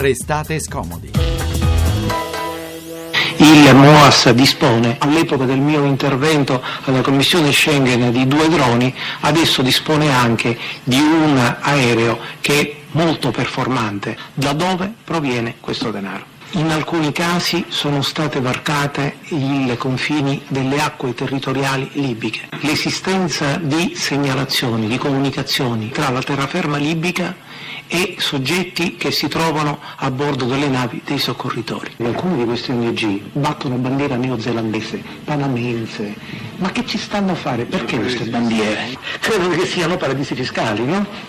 Restate scomodi. Il MOAS dispone, all'epoca del mio intervento alla Commissione Schengen, di 2 droni, adesso dispone anche di un aereo che è molto performante. Da dove proviene questo denaro? In alcuni casi sono state varcate i confini delle acque territoriali libiche. L'esistenza di segnalazioni, di comunicazioni tra la terraferma libica e soggetti che si trovano a bordo delle navi dei soccorritori. Alcuni di questi ONG battono bandiera neozelandese, panamense. Ma che ci stanno a fare? Perché queste bandiere? Credo che siano paradisi fiscali, no?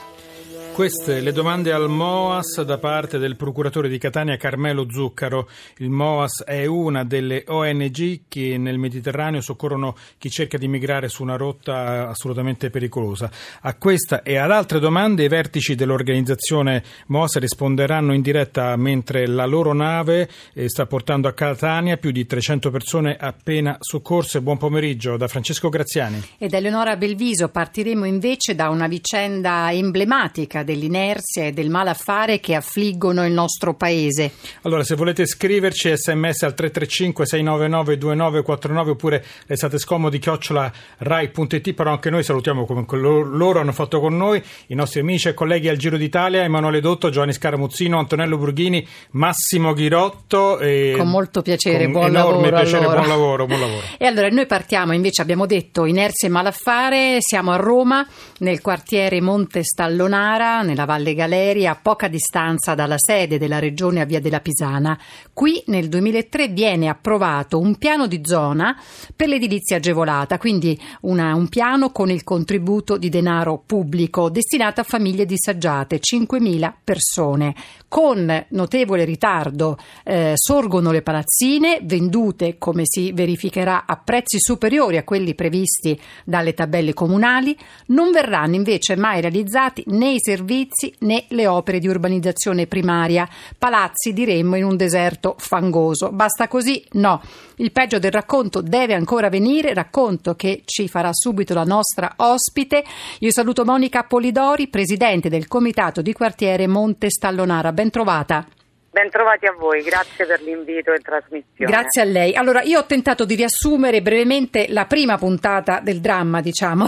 Queste le domande al MOAS da parte del procuratore di Catania Carmelo Zuccaro. Il MOAS è una delle ONG che nel Mediterraneo soccorrono chi cerca di migrare su una rotta assolutamente pericolosa. A questa e ad altre domande i vertici dell'organizzazione MOAS risponderanno in diretta mentre la loro nave sta portando a Catania più di 300 persone appena soccorse. Buon pomeriggio da Francesco Graziani. E da Eleonora Belviso. Partiremo invece da una vicenda emblematica dell'inerzia e del malaffare che affliggono il nostro paese. Allora, se volete scriverci, sms al 335 699 2949 oppure restate scomodi @rai.it, però anche noi salutiamo come loro hanno fatto con noi i nostri amici e colleghi al Giro d'Italia, Emanuele Dotto, Giovanni Scaramuzzino, Antonello Burghini, Massimo Ghirotto. Con molto piacere, buon enorme lavoro. Piacere, allora. Buon lavoro. E allora noi partiamo, invece abbiamo detto inerzia e malaffare, siamo a Roma, nel quartiere Monte Stallonara, nella Valle Galeria, a poca distanza dalla sede della Regione a Via della Pisana. Qui nel 2003 viene approvato un piano di zona per l'edilizia agevolata, quindi un piano con il contributo di denaro pubblico destinato a famiglie disagiate, 5.000 persone. Con notevole ritardo sorgono le palazzine, vendute, come si verificherà, a prezzi superiori a quelli previsti dalle tabelle comunali. Non verranno invece mai realizzati né i servizi né le opere di urbanizzazione primaria. Palazzi, diremmo, in un deserto fangoso. Basta così? No. Il peggio del racconto deve ancora venire, racconto che ci farà subito la nostra ospite. Io saluto Monica Polidori, presidente del comitato di quartiere Monte Stallonara. Ben trovata. Ben trovati a voi, grazie per l'invito in trasmissione. Grazie a lei. Allora, io ho tentato di riassumere brevemente la prima puntata del dramma, diciamo.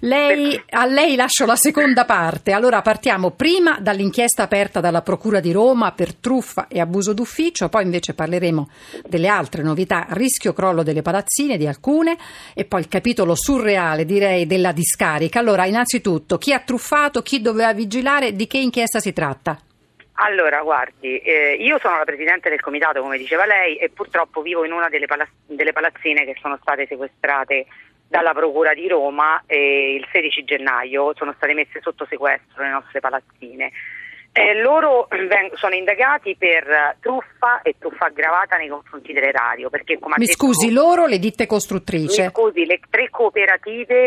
A lei lascio la seconda parte. Allora, partiamo prima dall'inchiesta aperta dalla Procura di Roma per truffa e abuso d'ufficio, poi invece parleremo delle altre novità, rischio crollo delle palazzine, di alcune, e poi il capitolo surreale, direi, della discarica. Allora, innanzitutto, chi ha truffato, chi doveva vigilare, di che inchiesta si tratta? Allora, guardi, io sono la presidente del comitato, come diceva lei, e purtroppo vivo in una delle palazzine che sono state sequestrate dalla Procura di Roma il 16 gennaio, sono state messe sotto sequestro le nostre palazzine. Loro sono indagati per truffa e truffa aggravata nei confronti dell'erario, perché come scusi, loro, le ditte costruttrici? Mi scusi, le 3 cooperative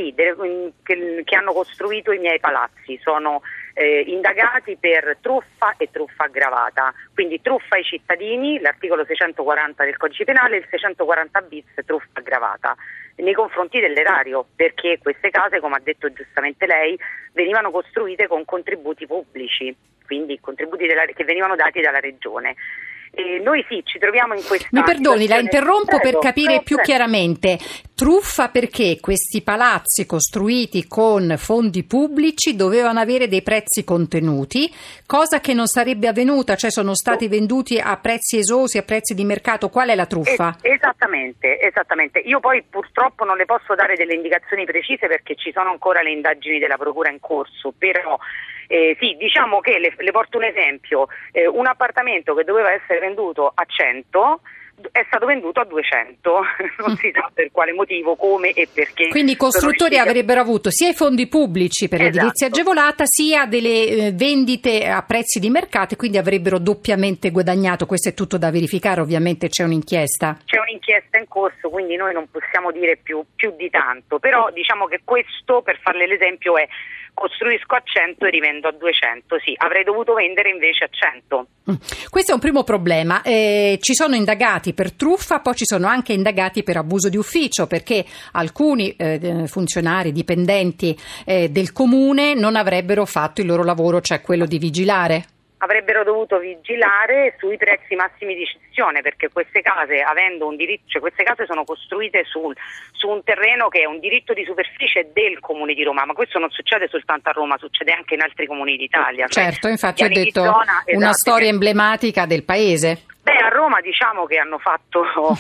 che hanno costruito i miei palazzi sono indagati per truffa e truffa aggravata, quindi truffa ai cittadini, l'articolo 640 del Codice Penale, e il 640 bis truffa aggravata nei confronti dell'erario, perché queste case, come ha detto giustamente lei, venivano costruite con contributi pubblici, quindi contributi che venivano dati dalla Regione. Noi ci troviamo in questa... Mi perdoni, la interrompo per capire più chiaramente. Truffa perché questi palazzi costruiti con fondi pubblici dovevano avere dei prezzi contenuti, cosa che non sarebbe avvenuta, cioè sono stati venduti a prezzi esosi, a prezzi di mercato. Qual è la truffa? Esattamente. Io poi purtroppo non le posso dare delle indicazioni precise perché ci sono ancora le indagini della Procura in corso, però... diciamo che le porto un esempio, un appartamento che doveva essere venduto a 100 è stato venduto a 200, non si sa per quale motivo, come e perché. Quindi i costruttori avrebbero avuto sia i fondi pubblici per l'edilizia agevolata sia delle vendite a prezzi di mercato e quindi avrebbero doppiamente guadagnato. Questo è tutto da verificare, ovviamente c'è un'inchiesta. C'è un'inchiesta in corso, quindi noi non possiamo dire più di tanto, però diciamo che questo, per farle l'esempio, è costruisco a 100 e rivendo a 200, sì, avrei dovuto vendere invece a 100. Questo è un primo problema. Ci sono indagati per truffa, poi ci sono anche indagati per abuso di ufficio, perché alcuni funzionari, dipendenti del comune non avrebbero fatto il loro lavoro, cioè quello di vigilare. avrebbero dovuto vigilare sui prezzi massimi di cessione, perché queste case, avendo un diritto, cioè queste case sono costruite su un terreno che è un diritto di superficie del Comune di Roma, ma questo non succede soltanto a Roma, succede anche in altri comuni d'Italia. Certo, infatti ho detto zona, una esatto, storia emblematica del paese. Beh, a Roma diciamo che hanno fatto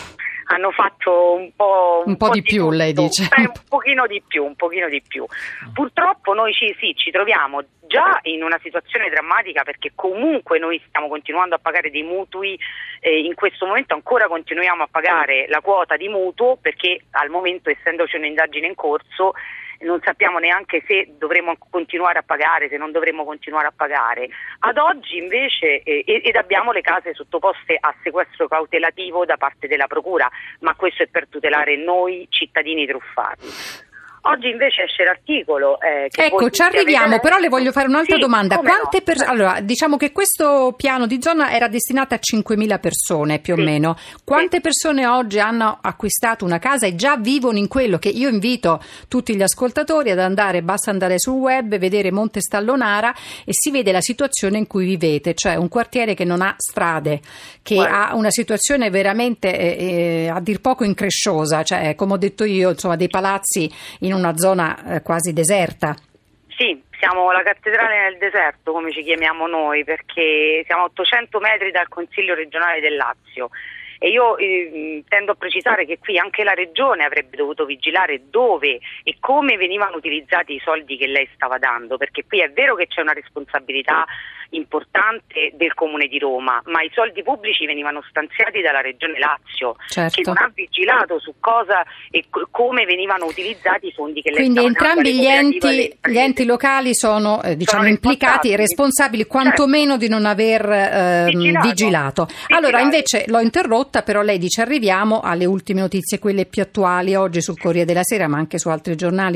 un po' di più, tutto. lei dice. Un pochino di più. Purtroppo noi ci troviamo già in una situazione drammatica, perché comunque noi stiamo continuando a pagare dei mutui, in questo momento ancora continuiamo a pagare la quota di mutuo, perché al momento, essendoci un'indagine in corso, non sappiamo neanche se dovremo continuare a pagare, se non dovremo continuare a pagare. Ad oggi invece ed abbiamo le case sottoposte a sequestro cautelativo da parte della Procura, ma questo è per tutelare noi cittadini truffati. Oggi invece esce l'articolo ecco, ci arriviamo, però le voglio fare un'altra domanda. Allora, diciamo che questo piano di zona era destinato a 5.000 persone più o meno. Quante persone oggi hanno acquistato una casa e già vivono in quello che io invito tutti gli ascoltatori ad andare, basta andare sul web, vedere Monte Stallonara e si vede la situazione in cui vivete, cioè un quartiere che non ha strade, che ha una situazione veramente a dir poco incresciosa, cioè come ho detto io, insomma, dei palazzi in una zona quasi deserta. Sì, siamo la cattedrale nel deserto, come ci chiamiamo noi, perché siamo a 800 metri dal Consiglio regionale del Lazio. E io tendo a precisare che qui anche la Regione avrebbe dovuto vigilare dove e come venivano utilizzati i soldi che lei stava dando, perché qui è vero che c'è una responsabilità importante del Comune di Roma, ma i soldi pubblici venivano stanziati dalla Regione Lazio, certo, che non ha vigilato su cosa e come venivano utilizzati i fondi che lei quindi stava dando. Quindi entrambi gli enti locali sono implicati e responsabili quantomeno di non aver vigilato. Allora invece l'ho interrotta, però lei dice arriviamo alle ultime notizie, quelle più attuali. Oggi sul Corriere della Sera, ma anche su altri giornali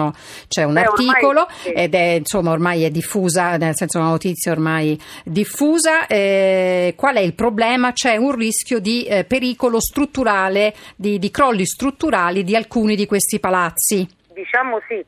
c'è un articolo ed è insomma ormai è diffusa, nel senso una notizia ormai diffusa. Qual è il problema? C'è un rischio di pericolo strutturale, di crolli strutturali di alcuni di questi palazzi. Diciamo sì,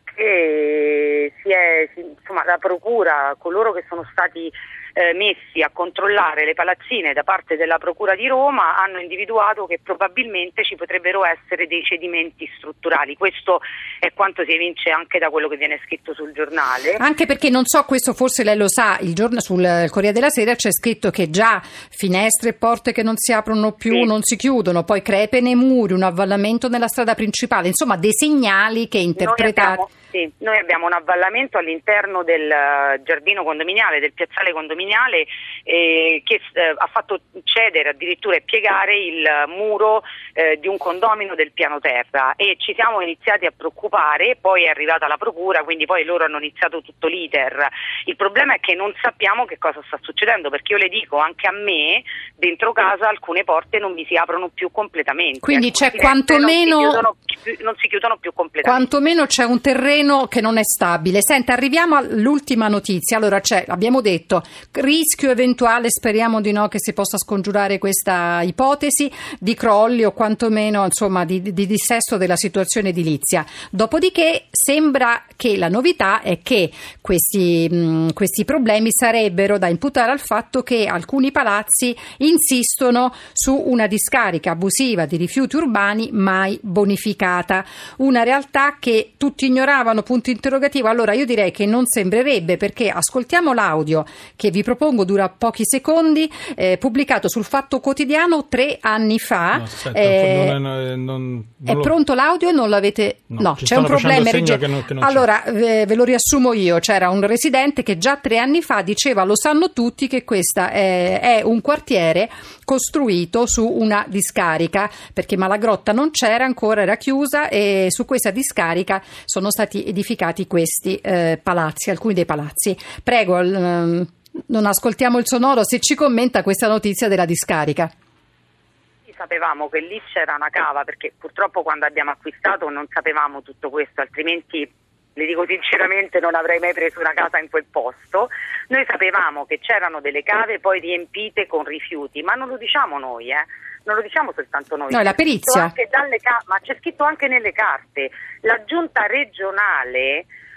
che insomma la procura, coloro che sono stati messi a controllare le palazzine da parte della Procura di Roma, hanno individuato che probabilmente ci potrebbero essere dei cedimenti strutturali. Questo è quanto si evince anche da quello che viene scritto sul giornale. Anche perché non so, questo forse lei lo sa, sul Corriere della Sera c'è scritto che già finestre e porte che non si aprono più, non si chiudono, poi crepe nei muri, un avvallamento nella strada principale, insomma dei segnali che interpretati. Noi abbiamo un avvallamento all'interno del giardino condominiale, del piazzale condominiale, che ha fatto cedere addirittura e piegare il muro di un condomino del piano terra, e ci siamo iniziati a preoccupare. Poi è arrivata la procura, quindi poi loro hanno iniziato tutto l'iter. Il problema è che non sappiamo che cosa sta succedendo, perché io le dico, anche a me dentro casa alcune porte non mi si aprono più completamente, quindi c'è quantomeno non si chiudono più completamente. Quantomeno c'è un terreno che non è stabile. Senta, arriviamo all'ultima notizia. Allora abbiamo detto, rischio eventuale, speriamo di no, che si possa scongiurare questa ipotesi di crolli o quantomeno insomma di dissesto della situazione edilizia. Dopodiché sembra che la novità è che questi problemi sarebbero da imputare al fatto che alcuni palazzi insistono su una discarica abusiva di rifiuti urbani mai bonificata. Una realtà che tutti ignoravano, punto interrogativo. Allora io direi che non sembrerebbe, perché ascoltiamo l'audio che vi propongo, dura pochi secondi, pubblicato sul Fatto Quotidiano 3 anni fa. No, aspetta, è pronto l'audio? Non l'avete? No, c'è un problema. Allora ve lo riassumo io. C'era un residente che già 3 anni fa diceva: lo sanno tutti che questa è un quartiere costruito su una discarica, perché Malagrotta non c'era ancora, era chiusa, e su questa discarica sono stati edificati questi palazzi, alcuni dei palazzi. Prego, non ascoltiamo il sonoro, se ci commenta questa notizia della discarica. Sapevamo che lì c'era una cava, perché purtroppo quando abbiamo acquistato non sapevamo tutto questo, altrimenti, le dico sinceramente, non avrei mai preso una casa in quel posto. Noi sapevamo che c'erano delle cave poi riempite con rifiuti, ma non lo diciamo noi, non lo diciamo soltanto noi. No, è la perizia. Ma c'è scritto anche nelle carte. La giunta regionale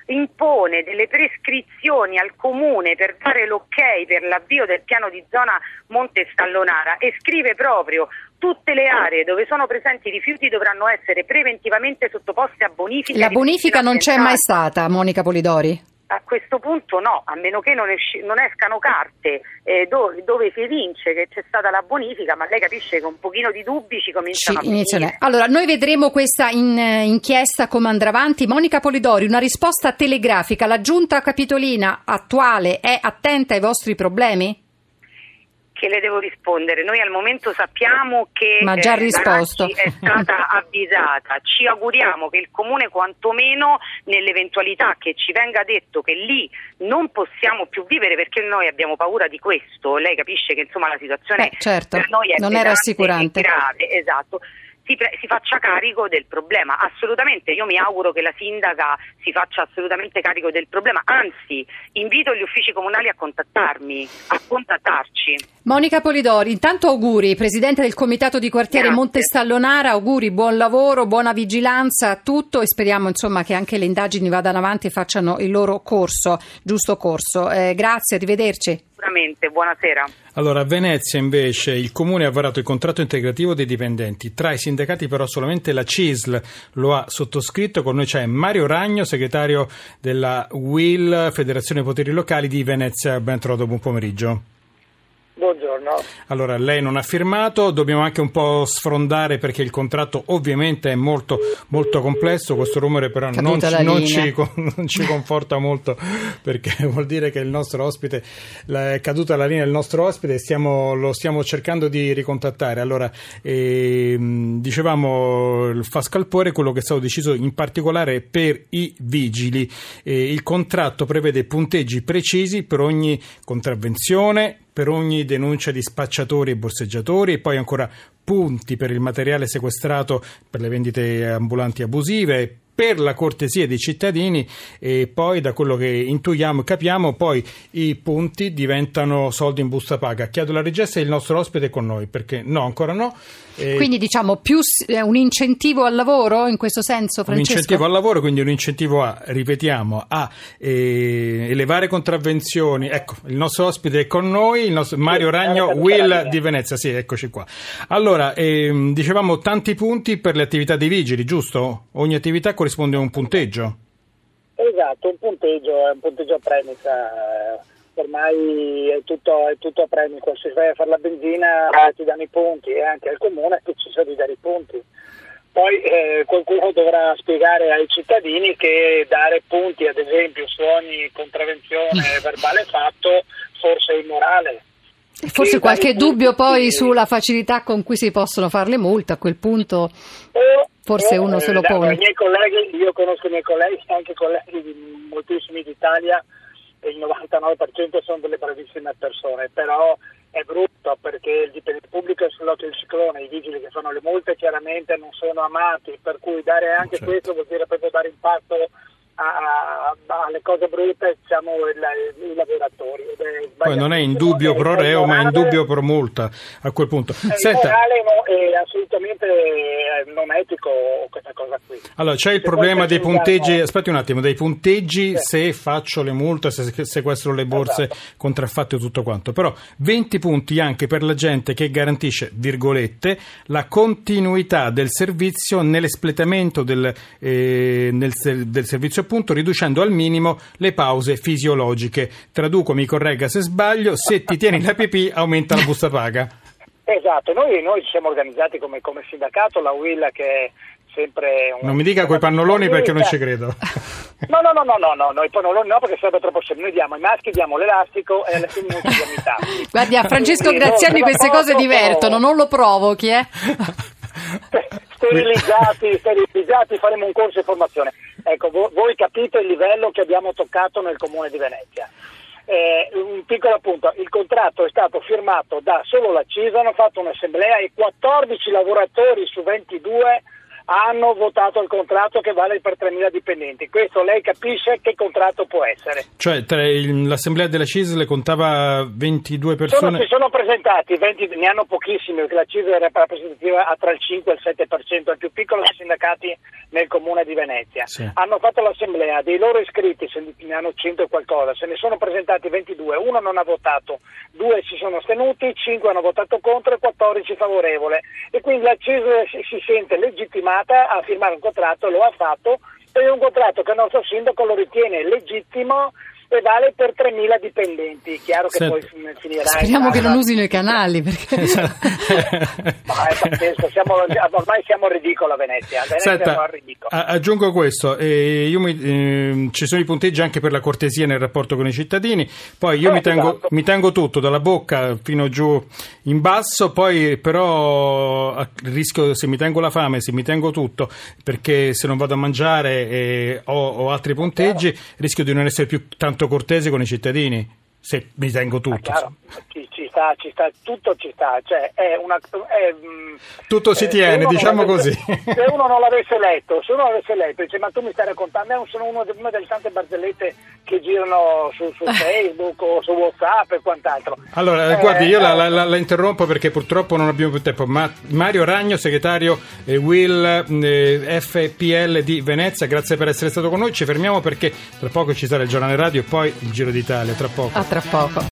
impone delle prescrizioni al comune per dare l'ok per l'avvio del piano di zona Monte Stallonara e scrive proprio: tutte le aree dove sono presenti rifiuti dovranno essere preventivamente sottoposte a bonifica. La bonifica non c'è mai stata, Monica Polidori? A questo punto no, a meno che non escano carte dove si evince che c'è stata la bonifica, ma lei capisce che un pochino di dubbi ci cominciano a venire. Allora, noi vedremo questa inchiesta come andrà avanti. Monica Polidori, una risposta telegrafica: la giunta capitolina attuale è attenta ai vostri problemi? Che le devo rispondere? Noi al momento sappiamo che ma già risposto. è stata avvisata. Ci auguriamo che il comune, quantomeno nell'eventualità che ci venga detto che lì non possiamo più vivere, perché noi abbiamo paura di questo, lei capisce che insomma la situazione certo, per noi è non è rassicurante, grave, esatto. Si faccia carico del problema, assolutamente. Io mi auguro che la sindaca si faccia assolutamente carico del problema, anzi invito gli uffici comunali a contattarci. Monica Polidori, intanto auguri, presidente del comitato di quartiere Monte Stallonara, auguri, buon lavoro, buona vigilanza a tutto e speriamo insomma che anche le indagini vadano avanti e facciano il loro giusto corso. Grazie, arrivederci. Sicuramente, buonasera. Allora, a Venezia invece il comune ha varato il contratto integrativo dei dipendenti. Tra i sindacati però solamente la CISL lo ha sottoscritto. Con noi c'è Mario Ragno, segretario della UIL, Federazione Poteri Locali di Venezia. Ben trovato, buon pomeriggio. Buongiorno. Allora, lei non ha firmato, dobbiamo anche un po' sfrondare perché il contratto ovviamente è molto molto complesso, questo rumore però non ci conforta molto, perché vuol dire che il nostro ospite, è caduta la linea del nostro ospite e lo stiamo cercando di ricontattare. Allora, dicevamo, fa scalpore quello che è stato deciso in particolare per i vigili. Il contratto prevede punteggi precisi per ogni contravvenzione, per ogni denuncia di spacciatori e borseggiatori e poi ancora punti per il materiale sequestrato per le vendite ambulanti abusive, per la cortesia dei cittadini e poi da quello che intuiamo e capiamo poi i punti diventano soldi in busta paga. Chiedo la regia se il nostro ospite è con noi, perché no, ancora no. Quindi diciamo più un incentivo al lavoro in questo senso, Francesco? Un incentivo al lavoro, quindi un incentivo a elevare contravvenzioni. Ecco, il nostro ospite è con noi, il nostro Mario Ragno, Will di Venezia. Sì, eccoci qua. Allora, dicevamo tanti punti per le attività dei vigili, giusto? Ogni attività corrisponde a un punteggio. Esatto, un punteggio a premisa. Ormai è tutto a premico. Se vai a fare la benzina ti danno i punti e anche al comune è deciso di dare i punti. Poi qualcuno dovrà spiegare ai cittadini che dare punti, ad esempio, su ogni contravvenzione verbale fatto forse è immorale. Forse qualche dubbio poi sulla facilità con cui si possono fare le multe, a quel punto forse uno se lo pone. Io conosco i miei colleghi, anche colleghi di moltissimi d'Italia, e il 99% sono delle bravissime persone, però è brutto perché il dipendente pubblico è sull'occhio del ciclone, i vigili che fanno le multe chiaramente non sono amati, per cui dare anche questo vuol dire proprio dare impatto alle cose brutte, diciamo, i lavoratori. Poi non è in dubbio pro reo, ma è in dubbio pro multa a quel punto. È immorale, è assolutamente non etico questa cosa qui. Allora, c'è il problema dei punteggi, aspetti un attimo, dei punteggi se faccio le multe, se sequestro le borse contraffatte o tutto quanto, però 20 punti anche per la gente che garantisce, virgolette, la continuità del servizio nell'espletamento del servizio, appunto, riducendo al minimo le pause fisiologiche. Traduco, mi corregga se sbaglio, se ti tieni la pipì aumenta la busta paga. Esatto, noi ci siamo organizzati come sindacato, la UIL, che è sempre non mi dica quei pannoloni perché non ci credo. No, i pannoloni no, perché sarebbe troppo semplice. Noi diamo ai maschi, diamo l'elastico e alle femmine diamo i tacchi. Guardi, a Francesco Graziani queste cose divertono, non lo provochi, Sterilizzati, faremo un corso di formazione. Ecco, voi capite il livello che abbiamo toccato nel comune di Venezia. Un piccolo appunto, il contratto è stato firmato da solo la CISL, hanno fatto un'assemblea e 14 lavoratori su 22 hanno votato il contratto che vale per 3.000 dipendenti. Questo lei capisce che contratto può essere? Cioè l'assemblea della CISL contava 22 persone? Si sono presentati, 20, ne hanno pochissimi, perché la CISL era rappresentativa tra il 5 e il 7%, il più piccolo dei sindacati nel comune di Venezia. Sì. Hanno fatto l'assemblea, dei loro iscritti, se ne hanno 100 e qualcosa, se ne sono presentati 22, uno non ha votato, 2 si sono astenuti, 5 hanno votato contro e 14 favorevole. E quindi la CISL si sente legittimata a firmare un contratto, lo ha fatto, ed è un contratto che il nostro sindaco lo ritiene legittimo e vale per 3.000 dipendenti. Chiaro che poi finirà. Speriamo che non usino i canali, perché ma è pazzesco, ormai siamo ridicoli a Venezia. Senta, aggiungo questo, ci sono i punteggi anche per la cortesia nel rapporto con i cittadini, poi io mi tengo tutto dalla bocca fino giù in basso, poi però rischio, se mi tengo la fame, se mi tengo tutto, perché se non vado a mangiare ho altri punteggi, rischio di non essere più tanto cortese con i cittadini, se mi tengo tutto. Ci sta, tutto ci sta, cioè tutto si tiene, diciamo così. Se uno non l'avesse letto, dice, ma tu mi stai raccontando, sono una delle tante barzellette che girano su Facebook o su WhatsApp e quant'altro. Allora, guardi, io la interrompo perché purtroppo non abbiamo più tempo. Mario Ragno, segretario WIL FPL di Venezia, grazie per essere stato con noi. Ci fermiamo perché tra poco ci sarà il giornale radio e poi il Giro d'Italia, tra poco. Tra poco.